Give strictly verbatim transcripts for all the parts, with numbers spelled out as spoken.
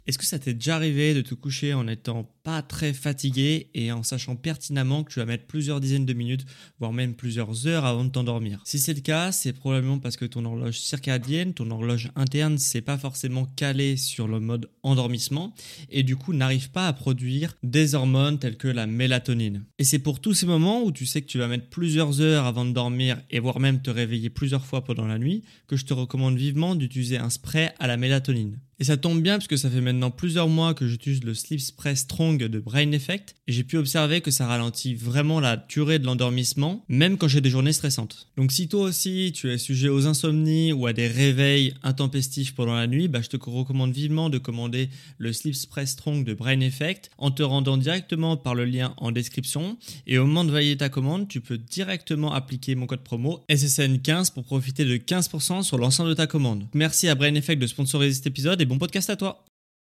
Est-ce que ça t'est déjà arrivé de te coucher en n'étant pas très fatigué et en sachant pertinemment que tu vas mettre plusieurs dizaines de minutes, voire même plusieurs heures avant de t'endormir? Si c'est le cas, c'est probablement parce que ton horloge circadienne, ton horloge interne, c'est pas forcément calé sur le mode endormissement et du coup n'arrive pas à produire des hormones telles que la mélatonine. Et c'est pour tous ces moments où tu sais que tu vas mettre plusieurs heures avant de dormir et voire même te réveiller plusieurs fois pendant la nuit que je te recommande vivement d'utiliser un spray à la mélatonine. Et ça tombe bien parce que ça fait maintenant plusieurs mois que j'utilise le Sleep Spray Strong de Brain Effect et j'ai pu observer que ça ralentit vraiment la durée de l'endormissement, même quand j'ai des journées stressantes. Donc si toi aussi tu es sujet aux insomnies ou à des réveils intempestifs pendant la nuit, bah je te recommande vivement de commander le Sleep Spray Strong de Brain Effect en te rendant directement par le lien en description. Et au moment de valider ta commande, tu peux directement appliquer mon code promo S S N quinze pour profiter de quinze pour cent sur l'ensemble de ta commande. Merci à Brain Effect de sponsoriser cet épisode et bon podcast à toi.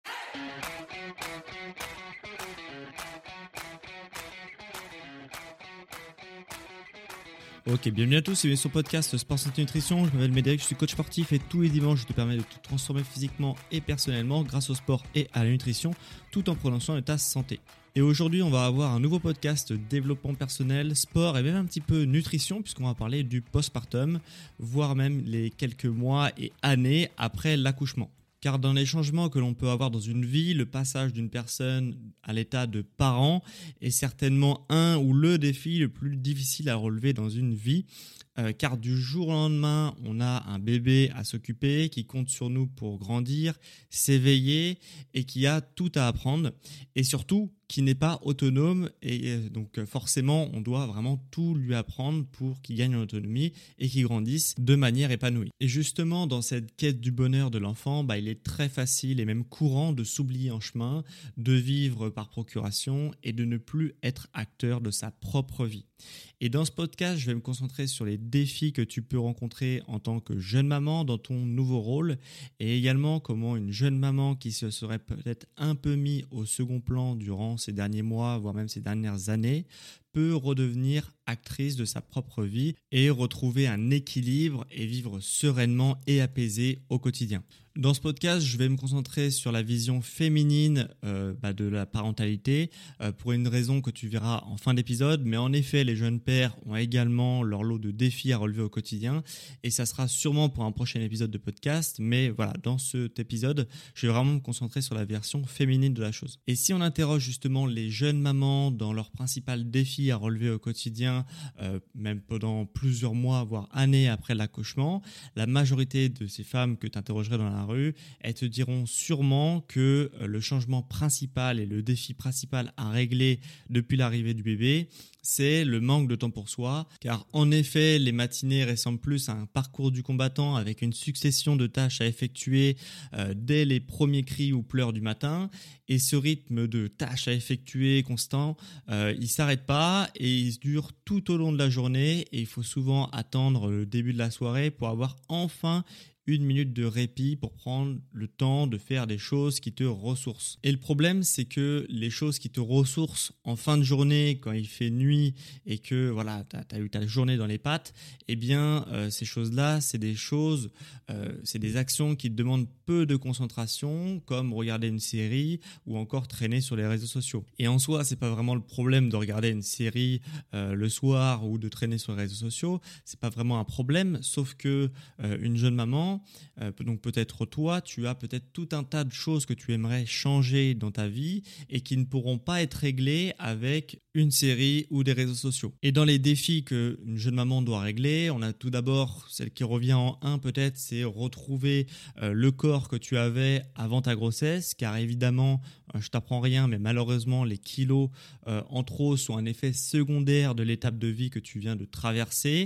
Ok, bienvenue à tous et bienvenue sur le podcast Sport Santé Nutrition. Je m'appelle Médéric, je suis coach sportif et tous les dimanches je te permets de te transformer physiquement et personnellement grâce au sport et à la nutrition tout en prenant soin de ta santé. Et aujourd'hui, on va avoir un nouveau podcast développement personnel, sport et même un petit peu nutrition puisqu'on va parler du postpartum, voire même les quelques mois et années après l'accouchement. Car dans les changements que l'on peut avoir dans une vie, le passage d'une personne à l'état de parent est certainement un ou le défi le plus difficile à relever dans une vie. Euh, car du jour au lendemain, on a un bébé à s'occuper qui compte sur nous pour grandir, s'éveiller et qui a tout à apprendre. Et surtout, qui n'est pas autonome et donc forcément on doit vraiment tout lui apprendre pour qu'il gagne en autonomie et qu'il grandisse de manière épanouie. Et justement dans cette quête du bonheur de l'enfant, bah, il est très facile et même courant de s'oublier en chemin, de vivre par procuration et de ne plus être acteur de sa propre vie. Et dans ce podcast, je vais me concentrer sur les défis que tu peux rencontrer en tant que jeune maman dans ton nouveau rôle et également comment une jeune maman qui se serait peut-être un peu mis au second plan durant ces derniers mois, voire même ces dernières années, peut redevenir actrice de sa propre vie et retrouver un équilibre et vivre sereinement et apaisé au quotidien. Dans ce podcast, je vais me concentrer sur la vision féminine euh, bah de la parentalité euh, pour une raison que tu verras en fin d'épisode. Mais en effet, les jeunes pères ont également leur lot de défis à relever au quotidien et ça sera sûrement pour un prochain épisode de podcast. Mais voilà, dans cet épisode, je vais vraiment me concentrer sur la version féminine de la chose. Et si on interroge justement les jeunes mamans dans leurs principal défis à relever au quotidien, euh, même pendant plusieurs mois, voire années après l'accouchement, la majorité de ces femmes que tu interrogerais dans la rue, elles te diront sûrement que euh, le changement principal et le défi principal à régler depuis l'arrivée du bébé, c'est le manque de temps pour soi, car en effet, les matinées ressemblent plus à un parcours du combattant avec une succession de tâches à effectuer euh, dès les premiers cris ou pleurs du matin, et ce rythme de tâches à effectuer constant, euh, il s'arrête pas et il dure tout au long de la journée et il faut souvent attendre le début de la soirée pour avoir enfin une minute de répit pour prendre le temps de faire des choses qui te ressourcent. Et le problème, c'est que les choses qui te ressourcent en fin de journée, quand il fait nuit et que voilà, tu as eu ta journée dans les pattes, eh bien, euh, ces choses-là, c'est des choses, euh, c'est des actions qui te demandent peu de concentration, comme regarder une série ou encore traîner sur les réseaux sociaux. Et en soi, c'est pas vraiment le problème de regarder une série euh, le soir ou de traîner sur les réseaux sociaux. C'est pas vraiment un problème, sauf que euh, une jeune maman, Euh, donc peut-être toi, tu as peut-être tout un tas de choses que tu aimerais changer dans ta vie et qui ne pourront pas être réglées avec une série ou des réseaux sociaux. Et dans les défis qu'une jeune maman doit régler, on a tout d'abord celle qui revient en un peut-être, c'est retrouver euh, le corps que tu avais avant ta grossesse, car évidemment, euh, je t'apprends rien, mais malheureusement les kilos euh, en trop sont un effet secondaire de l'étape de vie que tu viens de traverser.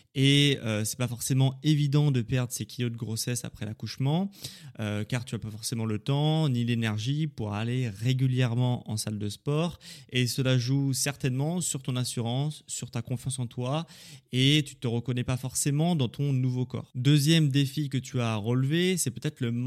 Et euh, c'est pas forcément évident de perdre ces kilos de grossesse après l'accouchement, euh, car tu n'as pas forcément le temps ni l'énergie pour aller régulièrement en salle de sport. Et cela joue certainement sur ton assurance, sur ta confiance en toi, et tu te reconnais pas forcément dans ton nouveau corps. Deuxième défi que tu as à relever, c'est peut-être le manque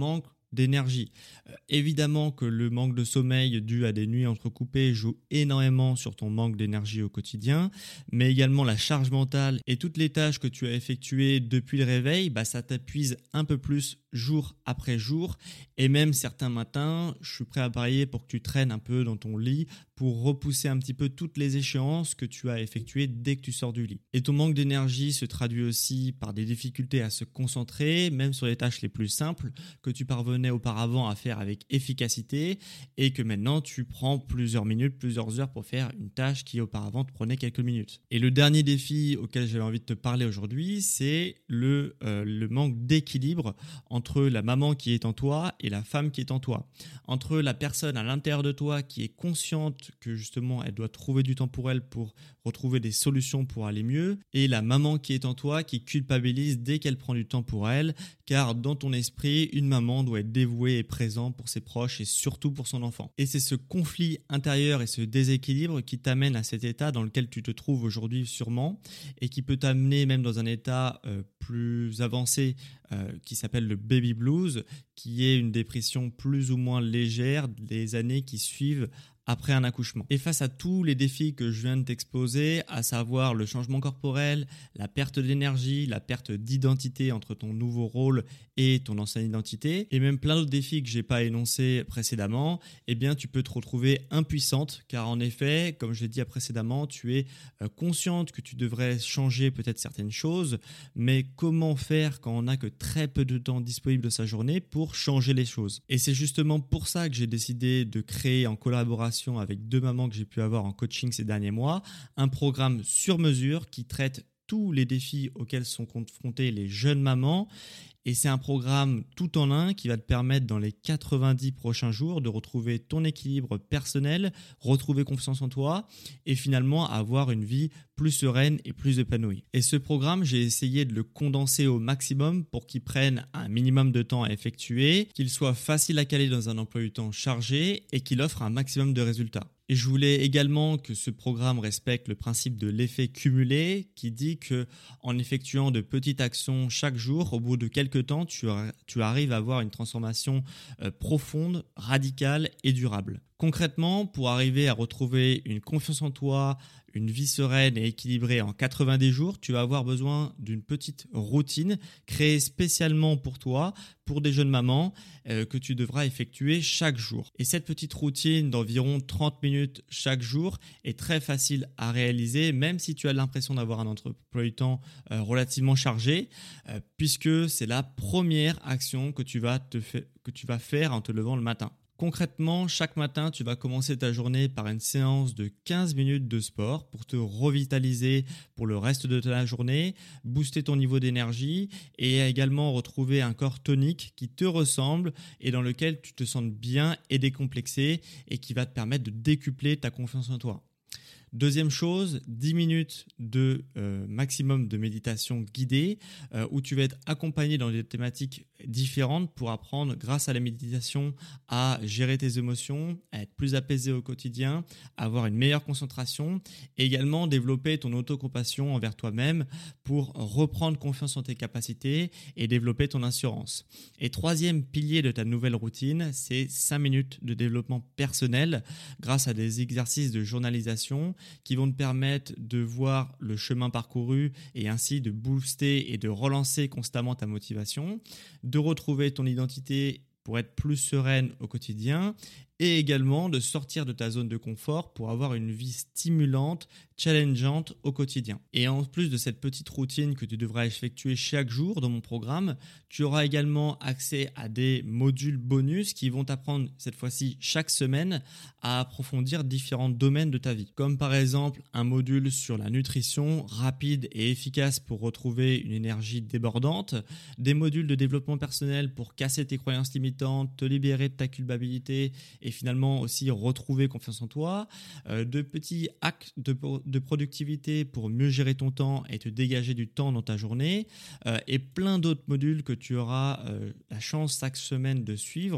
d'énergie. Euh, évidemment que le manque de sommeil dû à des nuits entrecoupées joue énormément sur ton manque d'énergie au quotidien, mais également la charge mentale et toutes les tâches que tu as effectuées depuis le réveil, bah, ça t'épuise un peu plus jour après jour, et même certains matins, je suis prêt à parier pour que tu traînes un peu dans ton lit pour repousser un petit peu toutes les échéances que tu as effectuées dès que tu sors du lit. Et ton manque d'énergie se traduit aussi par des difficultés à se concentrer, même sur les tâches les plus simples que tu parvenais auparavant à faire avec efficacité et que maintenant tu prends plusieurs minutes, plusieurs heures pour faire une tâche qui auparavant te prenait quelques minutes. Et le dernier défi auquel j'avais envie de te parler aujourd'hui, c'est le, euh, le manque d'équilibre entre la maman qui est en toi et la femme qui est en toi. Entre la personne à l'intérieur de toi qui est consciente que justement elle doit trouver du temps pour elle pour retrouver des solutions pour aller mieux, et la maman qui est en toi qui culpabilise dès qu'elle prend du temps pour elle, car dans ton esprit, une maman doit être dévouée et présente pour ses proches et surtout pour son enfant. Et c'est ce conflit intérieur et ce déséquilibre qui t'amène à cet état dans lequel tu te trouves aujourd'hui sûrement, et qui peut t'amener même dans un état euh, plus avancé euh, qui s'appelle le baby blues, qui est une dépression plus ou moins légère des années qui suivent après un accouchement. Et face à tous les défis que je viens de t'exposer, à savoir le changement corporel, la perte d'énergie, la perte d'identité entre ton nouveau rôle et ton ancienne identité, et même plein d'autres défis que j'ai pas énoncés précédemment, eh bien tu peux te retrouver impuissante, car en effet, comme je l'ai dit précédemment, tu es consciente que tu devrais changer peut-être certaines choses, mais comment faire quand on n'a que très peu de temps disponible de sa journée pour changer les choses? Et c'est justement pour ça que j'ai décidé de créer en collaboration avec deux mamans que j'ai pu avoir en coaching ces derniers mois, un programme sur mesure qui traite tous les défis auxquels sont confrontées les jeunes mamans. Et c'est un programme tout en un qui va te permettre dans les quatre-vingt-dix prochains jours de retrouver ton équilibre personnel, retrouver confiance en toi et finalement avoir une vie plus sereine et plus épanouie. Et ce programme, j'ai essayé de le condenser au maximum pour qu'il prenne un minimum de temps à effectuer, qu'il soit facile à caler dans un emploi du temps chargé et qu'il offre un maximum de résultats. Et je voulais également que ce programme respecte le principe de l'effet cumulé qui dit que en effectuant de petites actions chaque jour, au bout de quelques temps, tu, tu arrives à avoir une transformation euh, profonde, radicale et durable. Concrètement, pour arriver à retrouver une confiance en toi, une vie sereine et équilibrée en quatre-vingt-dix jours, tu vas avoir besoin d'une petite routine créée spécialement pour toi, pour des jeunes mamans, euh, que tu devras effectuer chaque jour. Et cette petite routine d'environ trente minutes chaque jour est très facile à réaliser, même si tu as l'impression d'avoir un emploi du temps euh, relativement chargé, euh, puisque c'est la première action que tu vas te fa- que tu vas faire en te levant le matin. Concrètement, chaque matin, tu vas commencer ta journée par une séance de quinze minutes de sport pour te revitaliser pour le reste de ta journée, booster ton niveau d'énergie et également retrouver un corps tonique qui te ressemble et dans lequel tu te sens bien et décomplexé et qui va te permettre de décupler ta confiance en toi. Deuxième chose, dix minutes de euh, maximum de méditation guidée euh, où tu vas être accompagné dans des thématiques différentes pour apprendre grâce à la méditation à gérer tes émotions, à être plus apaisé au quotidien, à avoir une meilleure concentration et également développer ton autocompassion envers toi-même pour reprendre confiance en tes capacités et développer ton assurance. Et troisième pilier de ta nouvelle routine, c'est cinq minutes de développement personnel grâce à des exercices de journalisation qui vont te permettre de voir le chemin parcouru et ainsi de booster et de relancer constamment ta motivation, de retrouver ton identité pour être plus sereine au quotidien et également de sortir de ta zone de confort pour avoir une vie stimulante, challengeante au quotidien. Et en plus de cette petite routine que tu devras effectuer chaque jour dans mon programme, tu auras également accès à des modules bonus qui vont t'apprendre cette fois-ci chaque semaine à approfondir différents domaines de ta vie. Comme par exemple un module sur la nutrition rapide et efficace pour retrouver une énergie débordante, des modules de développement personnel pour casser tes croyances limitantes, te libérer de ta culpabilité et finalement aussi retrouver confiance en toi, euh, de petits hacks de, de productivité pour mieux gérer ton temps et te dégager du temps dans ta journée, euh, et plein d'autres modules que tu auras euh, la chance chaque semaine de suivre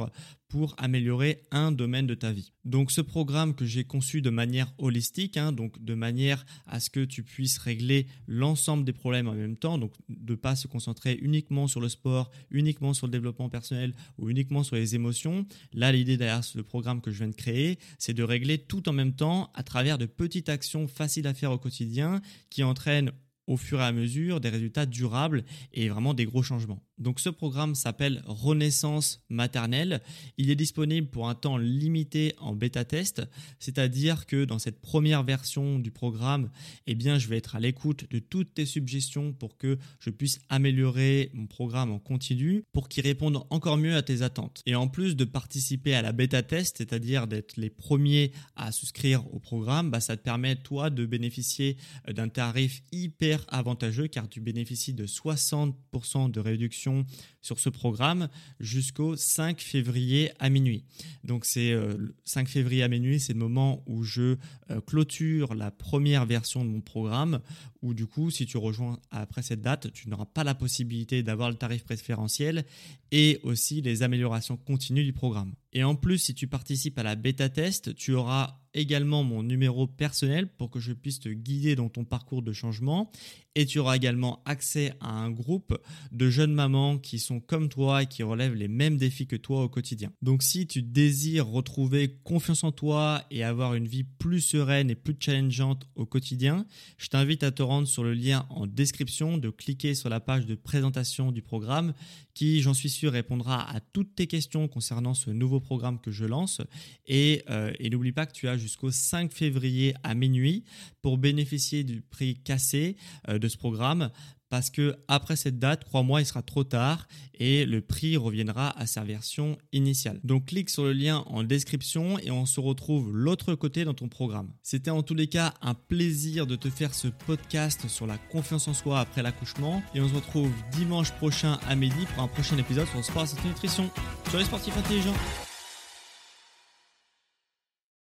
pour améliorer un domaine de ta vie. Donc ce programme que j'ai conçu de manière holistique, hein, donc de manière à ce que tu puisses régler l'ensemble des problèmes en même temps, donc de ne pas se concentrer uniquement sur le sport, uniquement sur le développement personnel ou uniquement sur les émotions. Là, l'idée derrière ce programme que je viens de créer, c'est de régler tout en même temps à travers de petites actions faciles à faire au quotidien qui entraînent au fur et à mesure des résultats durables et vraiment des gros changements. Donc ce programme s'appelle Renaissance maternelle. Il est disponible pour un temps limité en bêta-test, c'est-à-dire que dans cette première version du programme, eh bien, je vais être à l'écoute de toutes tes suggestions pour que je puisse améliorer mon programme en continu pour qu'il réponde encore mieux à tes attentes. Et en plus de participer à la bêta-test, c'est-à-dire d'être les premiers à souscrire au programme, bah, ça te permet toi de bénéficier d'un tarif hyper avantageux car tu bénéficies de soixante pour cent de réduction sur ce programme jusqu'au cinq février à minuit. Donc c'est euh, le cinq février à minuit, c'est le moment où je euh, clôture la première version de mon programme où du coup, si tu rejoins après cette date, tu n'auras pas la possibilité d'avoir le tarif préférentiel et aussi les améliorations continues du programme. Et en plus, si tu participes à la bêta-test, tu auras également mon numéro personnel pour que je puisse te guider dans ton parcours de changement et tu auras également accès à un groupe de jeunes mamans qui sont comme toi et qui relèvent les mêmes défis que toi au quotidien. Donc si tu désires retrouver confiance en toi et avoir une vie plus sereine et plus challengeante au quotidien, je t'invite à te rendre sur le lien en description, de cliquer sur la page de présentation du programme qui, j'en suis sûr, répondra à toutes tes questions concernant ce nouveau programme que je lance. Et, euh, et n'oublie pas que tu as jusqu'au cinq février à minuit pour bénéficier du prix cassé euh, de ce programme. Parce que après cette date, crois-moi, il sera trop tard et le prix reviendra à sa version initiale. Donc clique sur le lien en description et on se retrouve l'autre côté dans ton programme. C'était en tous les cas un plaisir de te faire ce podcast sur la confiance en soi après l'accouchement et on se retrouve dimanche prochain à midi pour un prochain épisode sur Sport Santé Nutrition. Sur les sportifs intelligents.